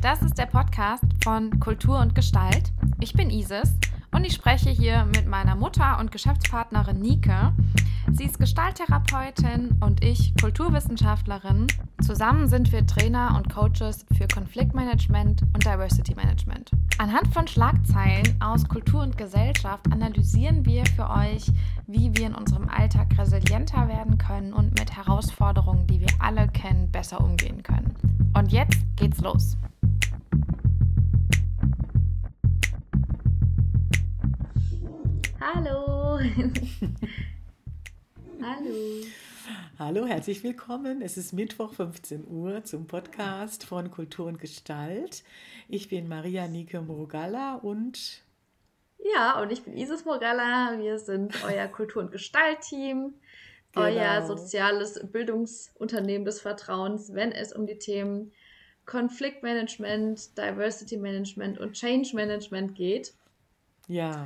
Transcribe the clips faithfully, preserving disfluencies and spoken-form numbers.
Das ist der Podcast von Kultur und Gestalt. Ich bin Isis und ich spreche hier mit meiner Mutter und Geschäftspartnerin Nike. Sie ist Gestalttherapeutin und ich Kulturwissenschaftlerin. Zusammen sind wir Trainer und Coaches für Konfliktmanagement und Diversity Management. Anhand von Schlagzeilen aus Kultur und Gesellschaft analysieren wir für euch, wie wir in unserem Alltag resilienter werden können und mit Herausforderungen, die wir alle kennen, besser umgehen können. Und jetzt geht's los. Hallo. Hallo. Hallo, herzlich willkommen. Es ist Mittwoch fünfzehn Uhr zum Podcast von Kultur und Gestalt. Ich bin Maria Nike Murugalla und... Ja, und ich bin Isis Murugalla. Wir sind euer Kultur- und Gestaltteam, genau. Euer soziales Bildungsunternehmen des Vertrauens, wenn es um die Themen Konfliktmanagement, Diversity Management und Change Management geht. Ja,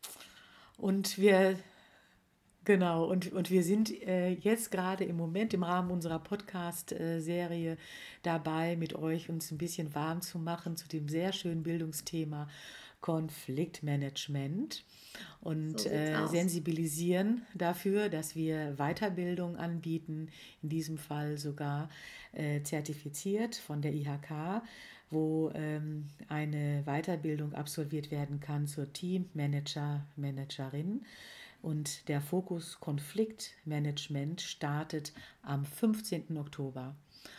und wir... Genau, und, und wir sind äh, jetzt gerade im Moment im Rahmen unserer Podcast-Serie dabei, mit euch uns ein bisschen warm zu machen zu dem sehr schönen Bildungsthema Konfliktmanagement und So äh, sensibilisieren dafür, dass wir Weiterbildung anbieten, in diesem Fall sogar äh, zertifiziert von der I H K, wo ähm, eine Weiterbildung absolviert werden kann zur Teammanager, Managerin. Und der Fokus Konfliktmanagement startet am fünfzehnten Oktober.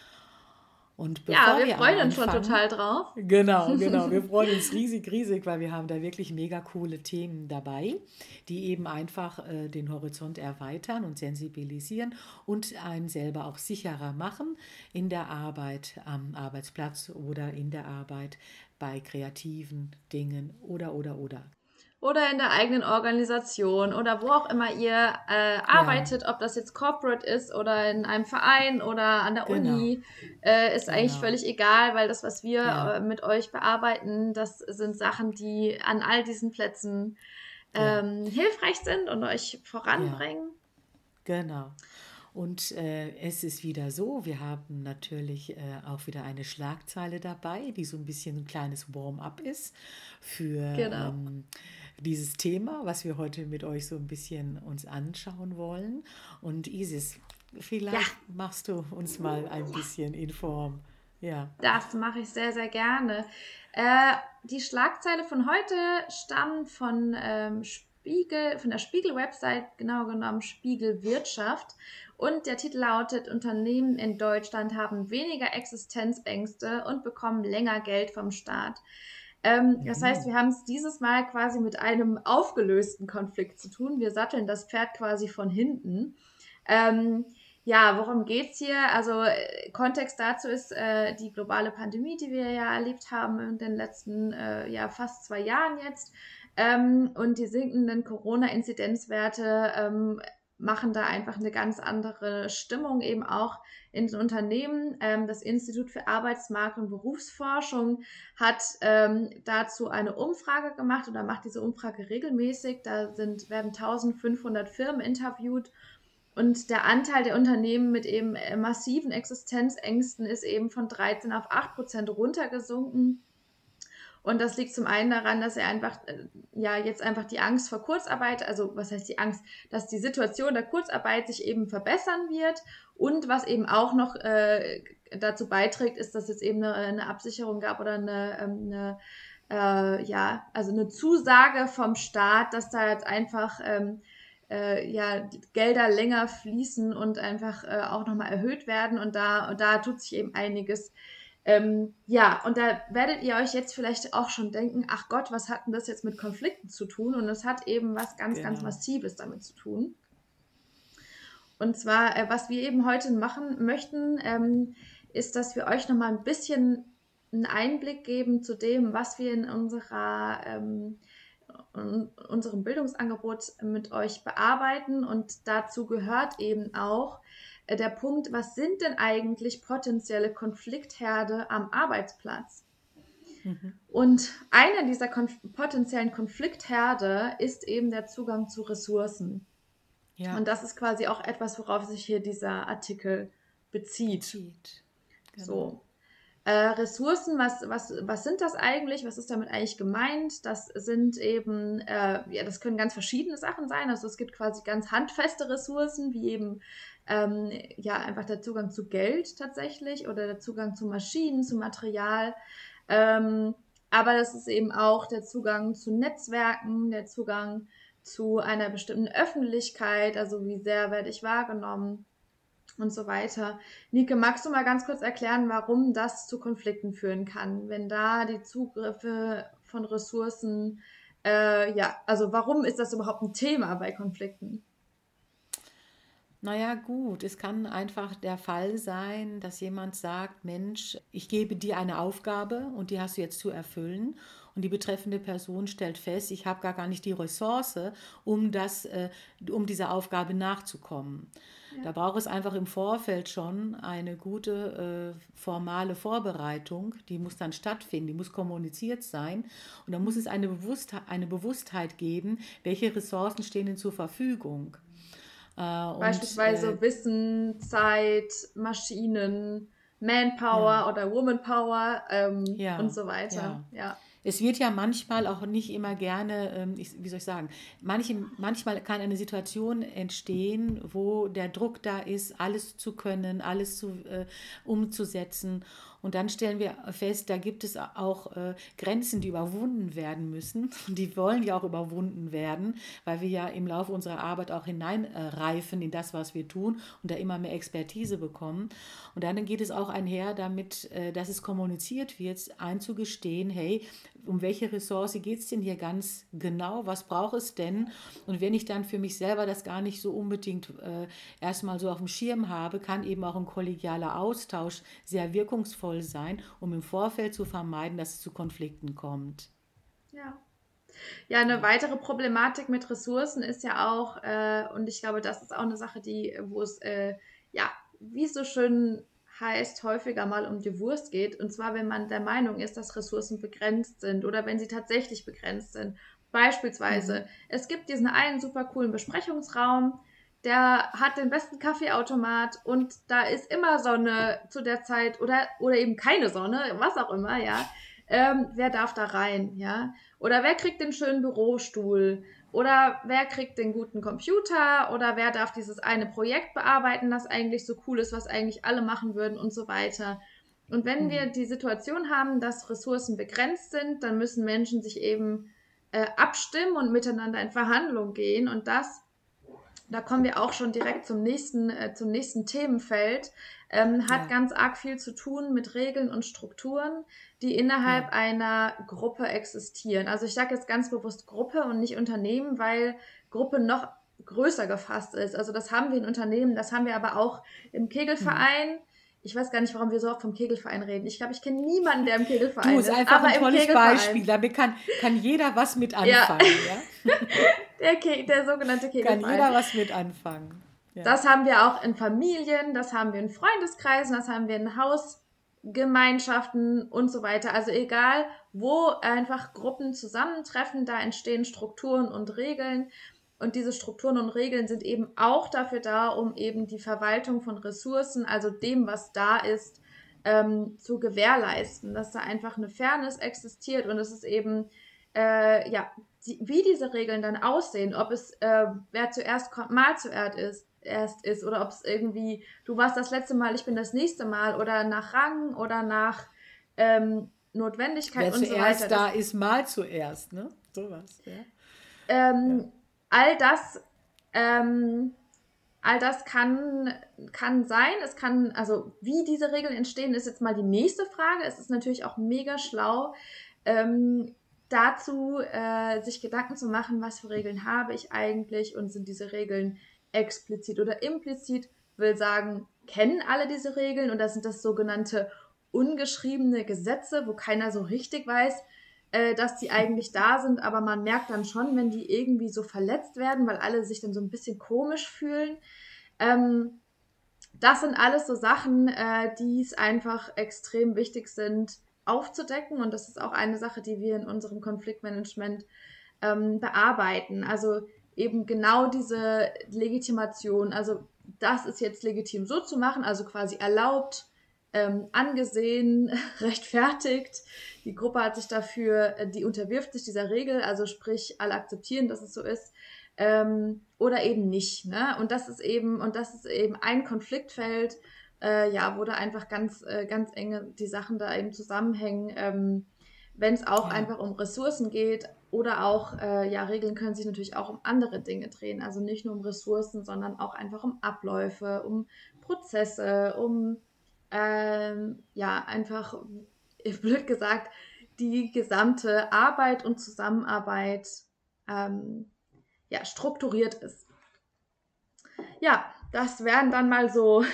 Und bevor ja, wir, wir freuen uns schon total drauf. Genau, genau. Wir freuen uns riesig, riesig, weil wir haben da wirklich mega coole Themen dabei, die eben einfach äh, den Horizont erweitern und sensibilisieren und einen selber auch sicherer machen in der Arbeit am Arbeitsplatz oder in der Arbeit bei kreativen Dingen oder, oder, oder. Oder in der eigenen Organisation oder wo auch immer ihr äh, arbeitet, ja. Ob das jetzt Corporate ist oder in einem Verein oder an der genau. Uni, äh, ist genau. eigentlich völlig egal, weil das, was wir ja. äh, mit euch bearbeiten, das sind Sachen, die an all diesen Plätzen ähm, ja. hilfreich sind und euch voranbringen. Ja. Genau. Und äh, es ist wieder so, wir haben natürlich äh, auch wieder eine Schlagzeile dabei, die so ein bisschen ein kleines Warm-up ist für genau. ähm, dieses Thema, was wir heute mit euch so ein bisschen uns anschauen wollen. Und Isis, vielleicht ja. machst du uns mal ein bisschen in Form. Ja. Das mache ich sehr, sehr gerne. Äh, die Schlagzeile von heute stammt von ähm, Spiegel, von der Spiegel-Website, genau genommen Spiegel Wirtschaft. Und der Titel lautet: Unternehmen in Deutschland haben weniger Existenzängste und bekommen länger Geld vom Staat. Ähm, mhm. Das heißt, wir haben es dieses Mal quasi mit einem aufgelösten Konflikt zu tun. Wir satteln das Pferd quasi von hinten. Ähm, ja, worum geht's hier? Also äh, Kontext dazu ist äh, die globale Pandemie, die wir ja erlebt haben in den letzten äh, ja, fast zwei Jahren jetzt. Ähm, und die sinkenden Corona-Inzidenzwerte ähm, machen da einfach eine ganz andere Stimmung eben auch in den Unternehmen. Ähm, das Institut für Arbeitsmarkt- und Berufsforschung hat ähm, dazu eine Umfrage gemacht oder macht diese Umfrage regelmäßig. Da sind, werden eintausendfünfhundert Firmen interviewt und der Anteil der Unternehmen mit eben massiven Existenzängsten ist eben von dreizehn auf acht Prozent runtergesunken. Und das liegt zum einen daran, dass er einfach, ja, jetzt einfach die Angst vor Kurzarbeit, also was heißt die Angst, dass die Situation der Kurzarbeit sich eben verbessern wird. Und was eben auch noch äh, dazu beiträgt, ist, dass es eben eine, eine Absicherung gab oder eine, eine äh, ja, also eine Zusage vom Staat, dass da jetzt einfach ähm, äh, ja, Gelder länger fließen und einfach äh, auch nochmal erhöht werden. Und da, und da tut sich eben einiges. Ähm, ja, und da werdet ihr euch jetzt vielleicht auch schon denken, ach Gott, was hat denn das jetzt mit Konflikten zu tun? Und es hat eben was ganz, genau. ganz Massives damit zu tun. Und zwar, äh, was wir eben heute machen möchten, ähm, ist, dass wir euch nochmal ein bisschen einen Einblick geben zu dem, was wir in unserer, ähm, in unserem Bildungsangebot mit euch bearbeiten. Und dazu gehört eben auch der Punkt, was sind denn eigentlich potenzielle Konfliktherde am Arbeitsplatz? Mhm. Und eine dieser konf- potenziellen Konfliktherde ist eben der Zugang zu Ressourcen. Ja. Und das ist quasi auch etwas, worauf sich hier dieser Artikel bezieht. bezieht. Genau. So. Äh, Ressourcen, was, was, was sind das eigentlich? Was ist damit eigentlich gemeint? Das sind eben, äh, ja, das können ganz verschiedene Sachen sein. Also es gibt quasi ganz handfeste Ressourcen, wie eben ähm, ja einfach der Zugang zu Geld tatsächlich oder der Zugang zu Maschinen, zu Material. Ähm, aber das ist eben auch der Zugang zu Netzwerken, der Zugang zu einer bestimmten Öffentlichkeit, also wie sehr werde ich wahrgenommen und so weiter. Nike, magst du mal ganz kurz erklären, warum das zu Konflikten führen kann, wenn da die Zugriffe von Ressourcen, äh, ja, also warum ist das überhaupt ein Thema bei Konflikten? Naja, gut, es kann einfach der Fall sein, dass jemand sagt, Mensch, ich gebe dir eine Aufgabe und die hast du jetzt zu erfüllen. Und die betreffende Person stellt fest, ich habe gar, gar nicht die Ressource, um, das, äh, um dieser Aufgabe nachzukommen. Ja. Da braucht es einfach im Vorfeld schon eine gute äh, formale Vorbereitung, die muss dann stattfinden, die muss kommuniziert sein. Und da muss es eine Bewusstheit, eine Bewusstheit geben, welche Ressourcen stehen denn zur Verfügung. Äh, und äh, Beispielsweise Wissen, Zeit, Maschinen, ja, Manpower oder Womanpower ähm, und ja, so weiter. ja. Ja. Es wird ja manchmal auch nicht immer gerne, ähm, ich, wie soll ich sagen, manche, manchmal kann eine Situation entstehen, wo der Druck da ist, alles zu können, alles zu, äh, umzusetzen. Und dann stellen wir fest, da gibt es auch äh, Grenzen, die überwunden werden müssen. Und die wollen ja auch überwunden werden, weil wir ja im Laufe unserer Arbeit auch hineinreifen in das, was wir tun und da immer mehr Expertise bekommen. Und dann geht es auch einher damit, äh, dass es kommuniziert wird, einzugestehen, hey, um welche Ressource geht es denn hier ganz genau? Was braucht es denn? Und wenn ich dann für mich selber das gar nicht so unbedingt äh, erstmal so auf dem Schirm habe, kann eben auch ein kollegialer Austausch sehr wirkungsvoll sein, um im Vorfeld zu vermeiden, dass es zu Konflikten kommt. Ja. Ja, eine weitere Problematik mit Ressourcen ist ja auch, äh, und ich glaube, das ist auch eine Sache, die, wo es, äh, ja, wie es so schön heißt, häufiger mal um die Wurst geht. Und zwar, wenn man der Meinung ist, dass Ressourcen begrenzt sind oder wenn sie tatsächlich begrenzt sind. Beispielsweise, Mhm. es gibt diesen einen super coolen Besprechungsraum, der hat den besten Kaffeeautomat und da ist immer Sonne zu der Zeit oder, oder eben keine Sonne, was auch immer, ja. Ähm, wer darf da rein, ja? Oder wer kriegt den schönen Bürostuhl? Oder wer kriegt den guten Computer? Oder wer darf dieses eine Projekt bearbeiten, das eigentlich so cool ist, was eigentlich alle machen würden und so weiter. Und wenn wir Mhm. die Situation haben, dass Ressourcen begrenzt sind, dann müssen Menschen sich eben äh, abstimmen und miteinander in Verhandlung gehen. Und das, da kommen wir auch schon direkt zum nächsten, äh, zum nächsten Themenfeld, ähm, hat Ja, ganz arg viel zu tun mit Regeln und Strukturen, die innerhalb ja. einer Gruppe existieren. Also ich sage jetzt ganz bewusst Gruppe und nicht Unternehmen, weil Gruppe noch größer gefasst ist. Also das haben wir in Unternehmen, das haben wir aber auch im Mhm. Kegelverein. Ich weiß gar nicht, warum wir so oft vom Kegelverein reden. Ich glaube, ich kenne niemanden, der im Du, Kegelverein ist ist, einfach ein aber im tolles Beispiel. Kegelverein. Damit kann, kann jeder was mit Ja, anfangen, ja? der, Ke der sogenannte Kann Kegelverein. jeder was mit anfangen. Ja. Das haben wir auch in Familien, das haben wir in Freundeskreisen, das haben wir in Hausgemeinschaften und so weiter. Also egal, wo einfach Gruppen zusammentreffen, da entstehen Strukturen und Regeln. Und diese Strukturen und Regeln sind eben auch dafür da, um eben die Verwaltung von Ressourcen, also dem, was da ist, ähm, zu gewährleisten, dass da einfach eine Fairness existiert und es ist eben, äh, ja, die, wie diese Regeln dann aussehen, ob es äh, wer zuerst kommt, mal zuerst ist, erst ist oder ob es irgendwie, du warst das letzte Mal, ich bin das nächste Mal oder nach Rang oder nach ähm, Notwendigkeit Wer und so weiter. zuerst da Das, ist, mal zuerst, ne? Sowas, ja. Ja. ähm, all das, ähm, all das kann, kann sein. Es kann, also wie diese Regeln entstehen, ist jetzt mal die nächste Frage. Es ist natürlich auch mega schlau, ähm, dazu äh, sich Gedanken zu machen, was für Regeln habe ich eigentlich und sind diese Regeln explizit oder implizit, will sagen, kennen alle diese Regeln oder sind das sogenannte ungeschriebene Gesetze, wo keiner so richtig weiß, äh, dass die eigentlich da sind, aber man merkt dann schon, wenn die irgendwie so verletzt werden, weil alle sich dann so ein bisschen komisch fühlen. Ähm, Das sind alles so Sachen, äh, die es einfach extrem wichtig sind aufzudecken und das ist auch eine Sache, die wir in unserem Konfliktmanagement ähm, bearbeiten. Also eben genau diese Legitimation, also das ist jetzt legitim so zu machen, also quasi erlaubt, ähm, angesehen, rechtfertigt. Die Gruppe hat sich dafür, äh, die unterwirft sich dieser Regel, also sprich, alle akzeptieren, dass es so ist, ähm, oder eben nicht. Ne? Und das ist eben, und das ist eben ein Konfliktfeld, äh, ja, wo da einfach ganz, äh, ganz enge die Sachen da eben zusammenhängen. Ähm, wenn es auch Ja. einfach um Ressourcen geht oder auch, äh, ja, Regeln können sich natürlich auch um andere Dinge drehen. Also nicht nur um Ressourcen, sondern auch einfach um Abläufe, um Prozesse, um, ähm, ja, einfach, blöd gesagt, die gesamte Arbeit und Zusammenarbeit, ähm, ja, strukturiert ist. Ja, das wären dann mal so,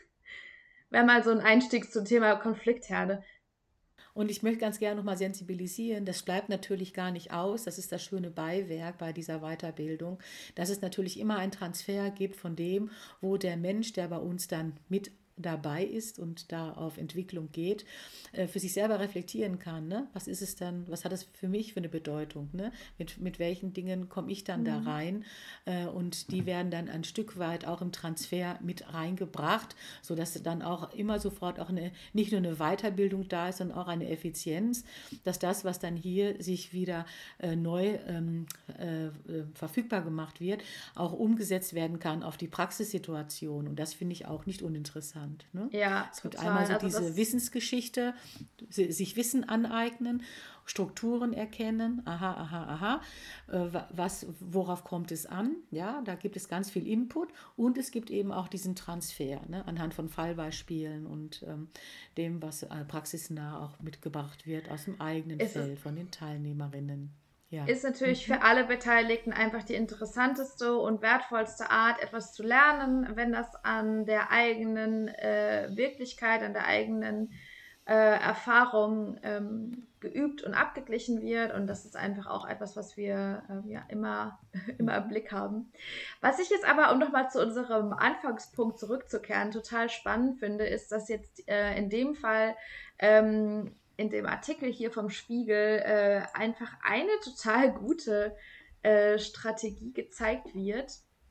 wäre mal so ein Einstieg zum Thema Konfliktherde. Und ich möchte ganz gerne nochmal sensibilisieren, das bleibt natürlich gar nicht aus, das ist das schöne Beiwerk bei dieser Weiterbildung, dass es natürlich immer einen Transfer gibt von dem, wo der Mensch, der bei uns dann mit dabei ist und da auf Entwicklung geht, für sich selber reflektieren kann. Ne? Was ist es dann, was hat das für mich für eine Bedeutung? Ne? Mit, mit welchen Dingen komme ich dann da Mhm. rein? Und die werden dann ein Stück weit auch im Transfer mit reingebracht, sodass dann auch immer sofort auch eine, nicht nur eine Weiterbildung da ist, sondern auch eine Effizienz, dass das, was dann hier sich wieder äh, neu ähm, äh, verfügbar gemacht wird, auch umgesetzt werden kann auf die Praxissituation. Und das finde ich auch nicht uninteressant. Ne? Ja, Es gibt einmal total. so Also diese das, Wissensgeschichte, sich Wissen aneignen, Strukturen erkennen, aha, aha, aha, äh, was, worauf kommt es an? Ja, da gibt es ganz viel Input und es gibt eben auch diesen Transfer, ne, anhand von Fallbeispielen und ähm, dem, was äh, praxisnah auch mitgebracht wird aus dem eigenen ist es Feld von den Teilnehmerinnen. Ja. ist natürlich für Mhm. alle Beteiligten einfach die interessanteste und wertvollste Art, etwas zu lernen, wenn das an der eigenen äh, Wirklichkeit, an der eigenen äh, Erfahrung ähm, geübt und abgeglichen wird. Und das ist einfach auch etwas, was wir äh, ja immer, immer im Mhm. Blick haben. Was ich jetzt aber, um nochmal zu unserem Anfangspunkt zurückzukehren, total spannend finde, ist, dass jetzt äh, in dem Fall ähm, in dem Artikel hier vom Spiegel äh, einfach eine total gute äh, Strategie gezeigt wird,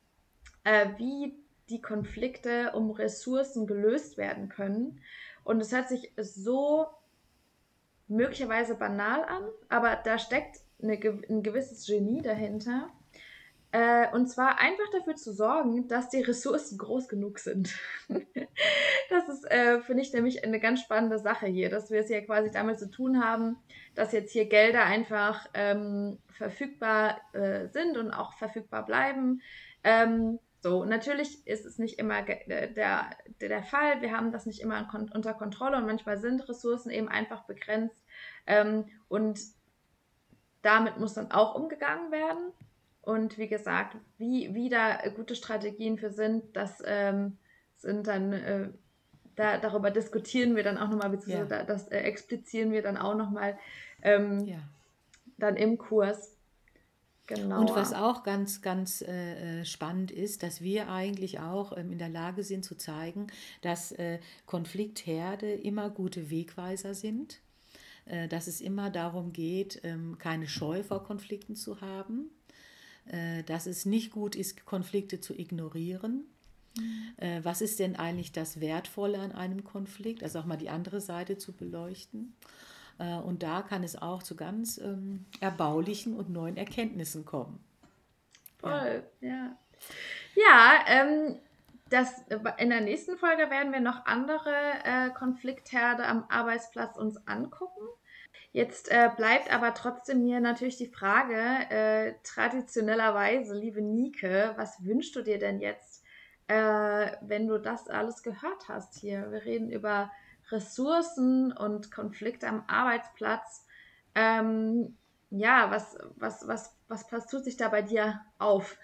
äh, wie die Konflikte um Ressourcen gelöst werden können. Und es hört sich so möglicherweise banal an, aber da steckt eine, ein gewisses Genie dahinter. Äh, und zwar einfach dafür zu sorgen, dass die Ressourcen groß genug sind. Das ist, äh, finde ich, nämlich eine ganz spannende Sache hier, dass wir es ja quasi damit zu tun haben, dass jetzt hier Gelder einfach ähm, verfügbar äh, sind und auch verfügbar bleiben. Ähm, so, natürlich ist es nicht immer der, der, der Fall. Wir haben das nicht immer unter Kontrolle und manchmal sind Ressourcen eben einfach begrenzt. Ähm, und damit muss dann auch umgegangen werden. Und wie gesagt, wie, wie da gute Strategien für sind, das ähm, sind dann, äh, da, darüber diskutieren wir dann auch nochmal, beziehungsweise Ja, da, das äh, explizieren wir dann auch nochmal ähm, ja. dann im Kurs Und was genauer. auch ganz, ganz äh, äh, spannend ist, dass wir eigentlich auch ähm, in der Lage sind zu zeigen, dass äh, Konfliktherde immer gute Wegweiser sind, äh, dass es immer darum geht, ähm, keine Scheu vor Konflikten zu haben, äh, dass es nicht gut ist, Konflikte zu ignorieren. Mhm. Äh, was ist denn eigentlich das Wertvolle an einem Konflikt? Also auch mal die andere Seite zu beleuchten. Äh, und da kann es auch zu ganz ähm, erbaulichen und neuen Erkenntnissen kommen. Ja. Voll, ja. Ja, ähm, das, in der nächsten Folge werden wir noch andere äh, Konfliktherde am Arbeitsplatz uns angucken. Jetzt äh, bleibt aber trotzdem mir natürlich die Frage, äh, traditionellerweise, liebe Nike, was wünschst du dir denn jetzt, äh, wenn du das alles gehört hast hier? Wir reden über Ressourcen und Konflikte am Arbeitsplatz. Ähm, ja, was, was, was, was, was tut sich da bei dir auf?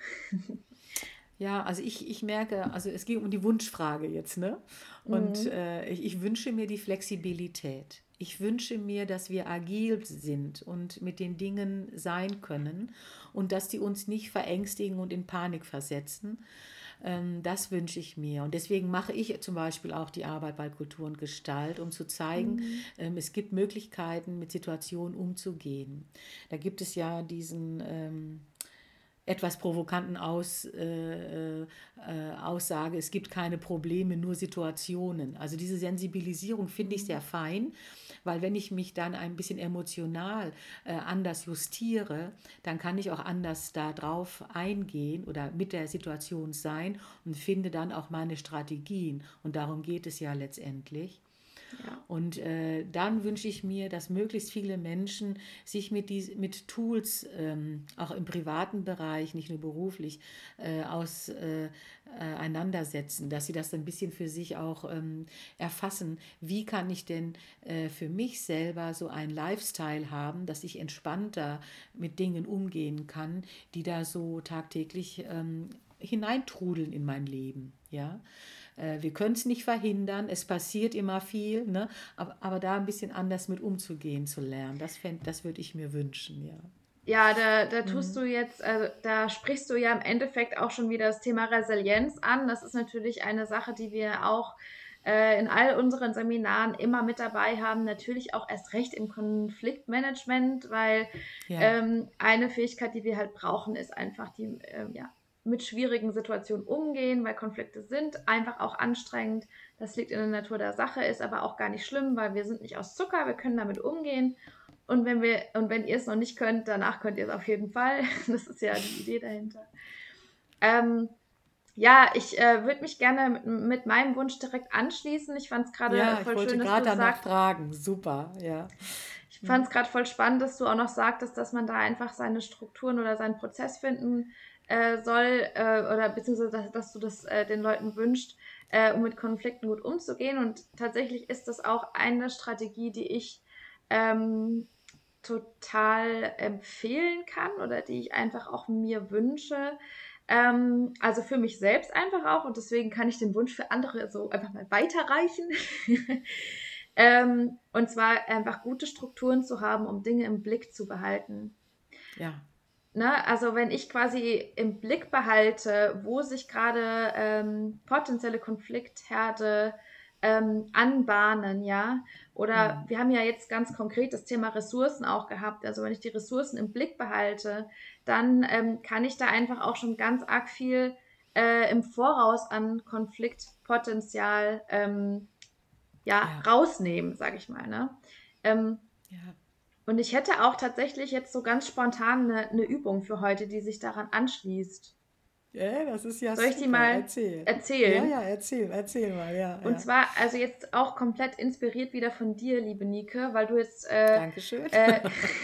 Ja, also ich, ich merke, also es geht um die Wunschfrage jetzt, ne? Und Mhm. äh, ich, ich wünsche mir die Flexibilität. Ich wünsche mir, dass wir agil sind und mit den Dingen sein können und dass die uns nicht verängstigen und in Panik versetzen. Ähm, das wünsche ich mir. Und deswegen mache ich zum Beispiel auch die Arbeit bei Kultur und Gestalt, um zu zeigen, Mhm. ähm, es gibt Möglichkeiten, mit Situationen umzugehen. Da gibt es ja diesen ähm, etwas provokanten Aus, äh, äh, Aussage, es gibt keine Probleme, nur Situationen. Also diese Sensibilisierung finde ich sehr fein, weil wenn ich mich dann ein bisschen emotional äh, anders justiere, dann kann ich auch anders darauf eingehen oder mit der Situation sein und finde dann auch meine Strategien. Und darum geht es ja letztendlich. Ja. Und äh, dann wünsche ich mir, dass möglichst viele Menschen sich mit, die, mit Tools, ähm, auch im privaten Bereich, nicht nur beruflich, äh, aus, äh, auseinandersetzen, dass sie das ein bisschen für sich auch ähm, erfassen. Wie kann ich denn äh, für mich selber so einen Lifestyle haben, dass ich entspannter mit Dingen umgehen kann, die da so tagtäglich ähm, hineintrudeln in mein Leben, ja. Wir können es nicht verhindern, es passiert immer viel, ne? aber, aber da ein bisschen anders mit umzugehen zu lernen, das, fänd, das würde ich mir wünschen, ja. Ja, da, da tust du jetzt, also da sprichst du ja im Endeffekt auch schon wieder das Thema Resilienz an. Das ist natürlich eine Sache, die wir auch äh, in all unseren Seminaren immer mit dabei haben. Natürlich auch erst recht im Konfliktmanagement, weil Ja, ähm, eine Fähigkeit, die wir halt brauchen, ist einfach die, ähm, ja, mit schwierigen Situationen umgehen, weil Konflikte sind einfach auch anstrengend. Das liegt in der Natur der Sache, ist aber auch gar nicht schlimm, weil wir sind nicht aus Zucker, wir können damit umgehen. Und wenn wir, und wenn ihr es noch nicht könnt, danach könnt ihr es auf jeden Fall. Das ist ja die Idee dahinter. Ähm, ja, ich äh, würde mich gerne mit, mit meinem Wunsch direkt anschließen. Ich fand es gerade ja, ich voll wollte schön, dass du gerade danach sagst, fragen, super, ja. ich fand es gerade voll spannend, dass du auch noch sagtest, dass man da einfach seine Strukturen oder seinen Prozess finden äh, soll, äh, oder beziehungsweise, dass, dass du das äh, den Leuten wünschst, äh, um mit Konflikten gut umzugehen. Und tatsächlich ist das auch eine Strategie, die ich ähm, total empfehlen kann oder die ich einfach auch mir wünsche. Ähm, also für mich selbst einfach auch, und deswegen kann ich den Wunsch für andere so einfach mal weiterreichen. ähm, und zwar einfach gute Strukturen zu haben, um Dinge im Blick zu behalten. Ja, Ne? Also wenn ich quasi im Blick behalte, wo sich gerade ähm, potenzielle Konfliktherde ähm, anbahnen, ja, oder wir haben ja jetzt ganz konkret das Thema Ressourcen auch gehabt. Also wenn ich die Ressourcen im Blick behalte, dann ähm, kann ich da einfach auch schon ganz arg viel äh, im Voraus an Konfliktpotenzial ähm, ja, ja, rausnehmen, sage ich mal. Ne? Ähm, ja. und ich hätte auch tatsächlich jetzt so ganz spontan eine, eine Übung für heute, die sich daran anschließt. Ja, das ist ja Soll ich die super, mal erzähl. Ja, erzählen? ja, erzähl, erzähl mal, ja, Und ja. zwar, also jetzt auch komplett inspiriert wieder von dir, liebe Nike, weil du jetzt äh, Dankeschön. äh,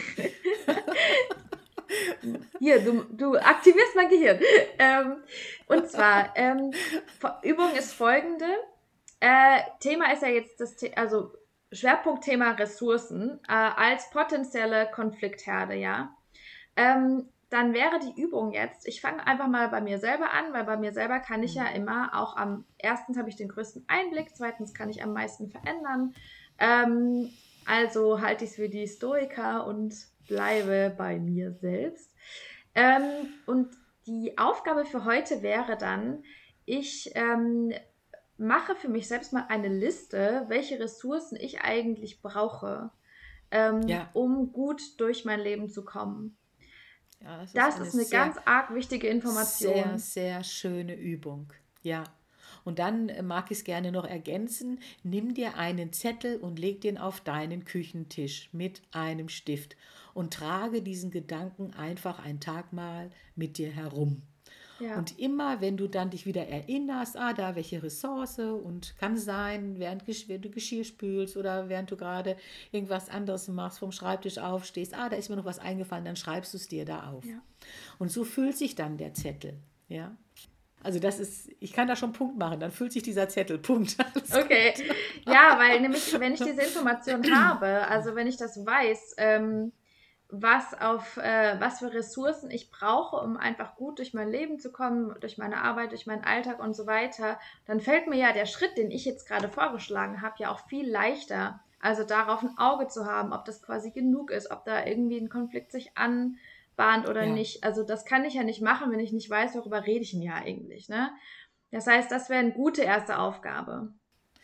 hier, du, du aktivierst mein Gehirn. Ähm, und zwar, ähm, Übung ist folgende. Äh, Thema ist ja jetzt das, The also Schwerpunktthema Ressourcen äh, als potenzielle Konfliktherde, ja. Ähm, dann wäre die Übung jetzt, ich fange einfach mal bei mir selber an, weil bei mir selber kann ich ja immer auch am, erstens habe ich den größten Einblick, zweitens kann ich am meisten verändern. Ähm, also halte ich es für die Stoiker und bleibe bei mir selbst. Ähm, und die Aufgabe für heute wäre dann, ich ähm, mache für mich selbst mal eine Liste, welche Ressourcen ich eigentlich brauche, ähm, Ja, um gut durch mein Leben zu kommen. ja, das ist Das eine ist eine sehr, ganz arg wichtige sehr, Information. sehr schöne Übung. Ja. Und dann äh, mag ich es gerne noch ergänzen. Nimm dir einen Zettel und leg den auf deinen Küchentisch mit einem Stift und trage diesen Gedanken einfach einen Tag mal mit dir herum. Ja, Und immer, wenn du dann dich wieder erinnerst, ah, da welche Ressource und kann sein, während du Geschirr spülst oder während du gerade irgendwas anderes machst, vom Schreibtisch aufstehst, ah, da ist mir noch was eingefallen, dann schreibst du es dir da auf. ja. Und so füllt sich dann der Zettel, ja. Also das ist, ich kann da schon Punkt machen, dann füllt sich dieser Zettel, Punkt, alles Okay. gut. Ja, weil nämlich, wenn ich diese Information habe, also wenn ich das weiß, ähm, was auf äh, was für Ressourcen ich brauche, um einfach gut durch mein Leben zu kommen, durch meine Arbeit, durch meinen Alltag und so weiter, dann fällt mir ja der Schritt, den ich jetzt gerade vorgeschlagen habe, ja auch viel leichter. Also darauf ein Auge zu haben, ob das quasi genug ist, ob da irgendwie ein Konflikt sich anbahnt oder Ja, nicht. Also das kann ich ja nicht machen, wenn ich nicht weiß, worüber rede ich denn ja eigentlich, ne? Das heißt, das wäre eine gute erste Aufgabe.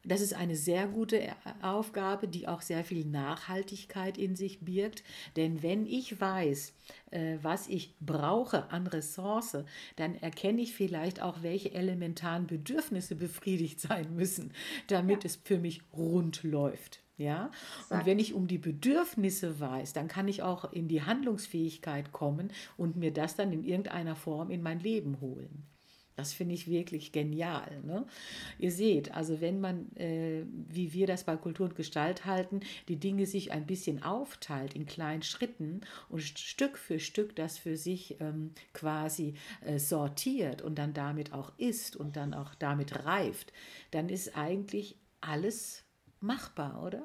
Das ist eine sehr gute Aufgabe, die auch sehr viel Nachhaltigkeit in sich birgt. Denn wenn ich weiß, was ich brauche an Ressource, dann erkenne ich vielleicht auch, welche elementaren Bedürfnisse befriedigt sein müssen, damit ja. es für mich rund läuft. Ja? Und wenn ich um die Bedürfnisse weiß, dann kann ich auch in die Handlungsfähigkeit kommen und mir das dann in irgendeiner Form in mein Leben holen. Das finde ich wirklich genial. Ne? Ihr seht, also wenn man, äh, wie wir das bei Kultur und Gestalt halten, die Dinge sich ein bisschen aufteilt in kleinen Schritten und Stück für Stück das für sich ähm, quasi äh, sortiert und dann damit auch isst und dann auch damit reift, dann ist eigentlich alles machbar, oder?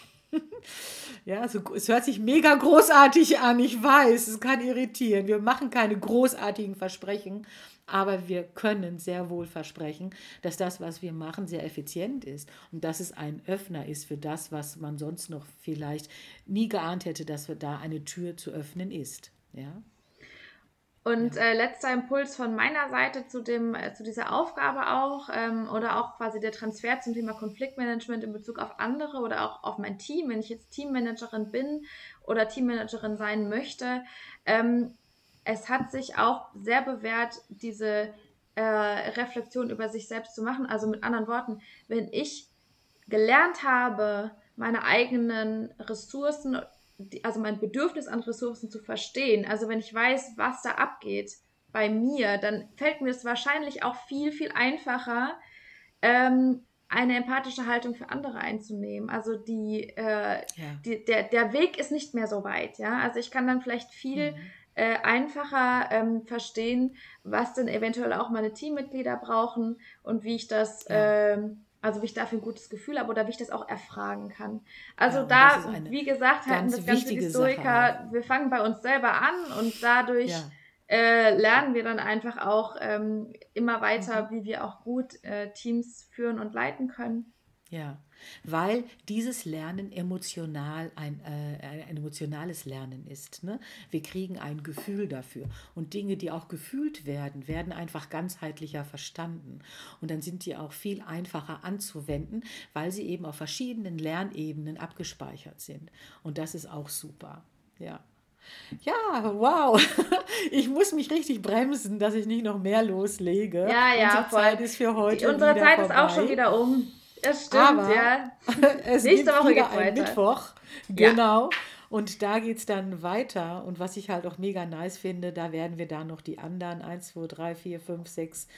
Ja, also es hört sich mega großartig an, ich weiß, es kann irritieren. Wir machen keine großartigen Versprechen, aber wir können sehr wohl versprechen, dass das, was wir machen, sehr effizient ist und dass es ein Öffner ist für das, was man sonst noch vielleicht nie geahnt hätte, dass da eine Tür zu öffnen ist. Ja. Und ja. äh, letzter Impuls von meiner Seite zu, dem, äh, zu dieser Aufgabe auch ähm, oder auch quasi der Transfer zum Thema Konfliktmanagement in Bezug auf andere oder auch auf mein Team, wenn ich jetzt Teammanagerin bin oder Teammanagerin sein möchte. Ähm, es hat sich auch sehr bewährt, diese äh, Reflexion über sich selbst zu machen. Also mit anderen Worten, wenn ich gelernt habe, meine eigenen Ressourcen, also mein Bedürfnis an Ressourcen zu verstehen, also wenn ich weiß, was da abgeht bei mir, dann fällt mir es wahrscheinlich auch viel, viel einfacher, ähm, eine empathische Haltung für andere einzunehmen. Also die, äh, ja. die, der, der Weg ist nicht mehr so weit. Ja? Also ich kann dann vielleicht viel mhm. äh, einfacher ähm, verstehen, was denn eventuell auch meine Teammitglieder brauchen und wie ich das ja. ähm, Also wie ich dafür ein gutes Gefühl habe oder wie ich das auch erfragen kann. Also ja, da, wie gesagt, hatten das Ganze die Stoiker, wir fangen bei uns selber an und dadurch ja. äh, lernen wir dann einfach auch ähm, immer weiter, mhm. wie wir auch gut äh, Teams führen und leiten können. Ja, weil dieses Lernen emotional ein, äh, ein emotionales Lernen ist. Ne? Wir kriegen ein Gefühl dafür und Dinge, die auch gefühlt werden, werden einfach ganzheitlicher verstanden und dann sind die auch viel einfacher anzuwenden, weil sie eben auf verschiedenen Lernebenen abgespeichert sind und das ist auch super. Ja. Ja, wow. Ich muss mich richtig bremsen, dass ich nicht noch mehr loslege. Ja, ja, unsere voll. Zeit ist für heute die, Unsere wieder Zeit vorbei. ist auch schon wieder um. Das stimmt, Aber ja. es Nächste gibt Woche wieder geht's einen weiter. Mittwoch, genau. Ja. Und da geht es dann weiter. Und was ich halt auch mega nice finde, da werden wir dann noch die anderen eins, zwei, drei, vier, fünf, sechs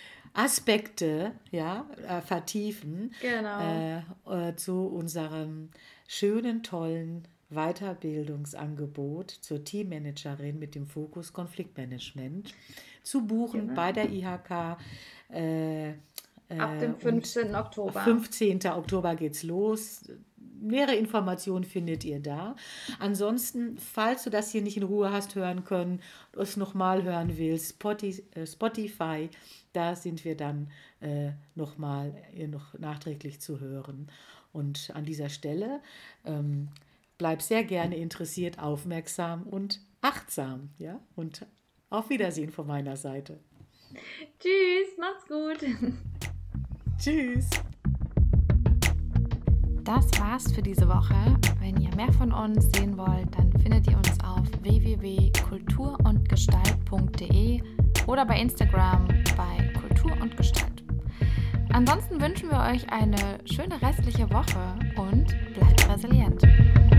Aspekte ja, äh, vertiefen genau. äh, äh, zu unserem schönen, tollen Weiterbildungsangebot zur Teammanagerin mit dem Fokus Konfliktmanagement zu buchen genau. bei der I H K. Äh, Ab dem fünfzehnten Oktober. fünfzehnten Oktober geht's los. Nähere Informationen findet ihr da. Ansonsten, falls du das hier nicht in Ruhe hast hören können, es nochmal hören willst, Spotify, da sind wir dann äh, nochmal noch nachträglich zu hören. Und an dieser Stelle ähm, bleib sehr gerne interessiert, aufmerksam und achtsam. Ja? Und auf Wiedersehen von meiner Seite. Tschüss, macht's gut. Tschüss. Das war's für diese Woche. Wenn ihr mehr von uns sehen wollt, dann findet ihr uns auf w w w punkt kultur und gestalt punkt d e oder bei Instagram bei Kultur und Gestalt. Ansonsten wünschen wir euch eine schöne restliche Woche und bleibt resilient.